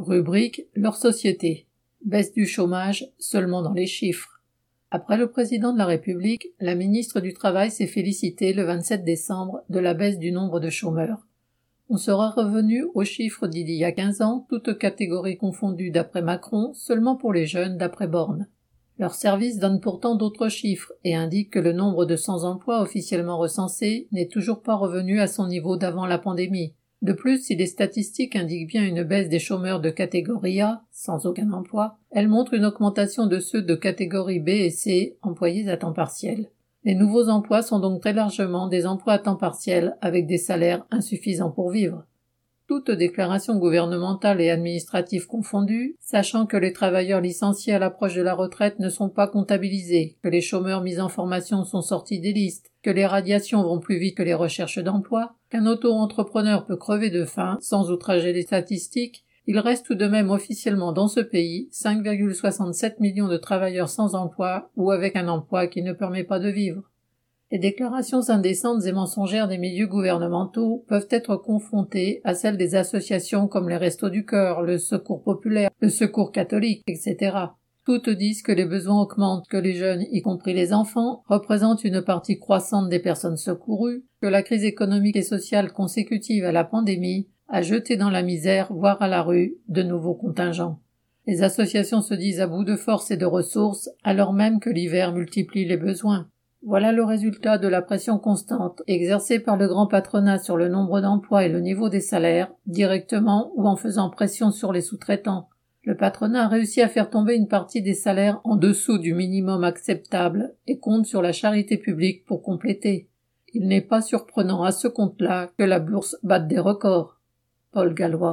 Rubrique leur société. Baisse du chômage seulement dans les chiffres. Après le président de la République, la ministre du Travail s'est félicitée le 27 décembre de la baisse du nombre de chômeurs. On sera revenu aux chiffres d'il y a 15 ans, toutes catégories confondues d'après Macron, seulement pour les jeunes d'après Borne. Leur service donne pourtant d'autres chiffres et indique que le nombre de sans-emploi officiellement recensé n'est toujours pas revenu à son niveau d'avant la pandémie. De plus, si les statistiques indiquent bien une baisse des chômeurs de catégorie A, sans aucun emploi, elles montrent une augmentation de ceux de catégorie B et C, employés à temps partiel. Les nouveaux emplois sont donc très largement des emplois à temps partiel avec des salaires insuffisants pour vivre. Toutes déclarations gouvernementales et administratives confondues, sachant que les travailleurs licenciés à l'approche de la retraite ne sont pas comptabilisés, que les chômeurs mis en formation sont sortis des listes, que les radiations vont plus vite que les recherches d'emploi, qu'un auto-entrepreneur peut crever de faim sans outrager les statistiques, il reste tout de même officiellement dans ce pays 5,67 millions de travailleurs sans emploi ou avec un emploi qui ne permet pas de vivre. Les déclarations indécentes et mensongères des milieux gouvernementaux peuvent être confrontées à celles des associations comme les Restos du Cœur, le Secours populaire, le Secours catholique, etc. Toutes disent que les besoins augmentent, que les jeunes, y compris les enfants, représentent une partie croissante des personnes secourues, que la crise économique et sociale consécutive à la pandémie a jeté dans la misère, voire à la rue, de nouveaux contingents. Les associations se disent à bout de force et de ressources, alors même que l'hiver multiplie les besoins. Voilà le résultat de la pression constante exercée par le grand patronat sur le nombre d'emplois et le niveau des salaires, directement ou en faisant pression sur les sous-traitants. Le patronat a réussi à faire tomber une partie des salaires en dessous du minimum acceptable et compte sur la charité publique pour compléter. Il n'est pas surprenant à ce compte-là que la bourse batte des records. Paul Gallois.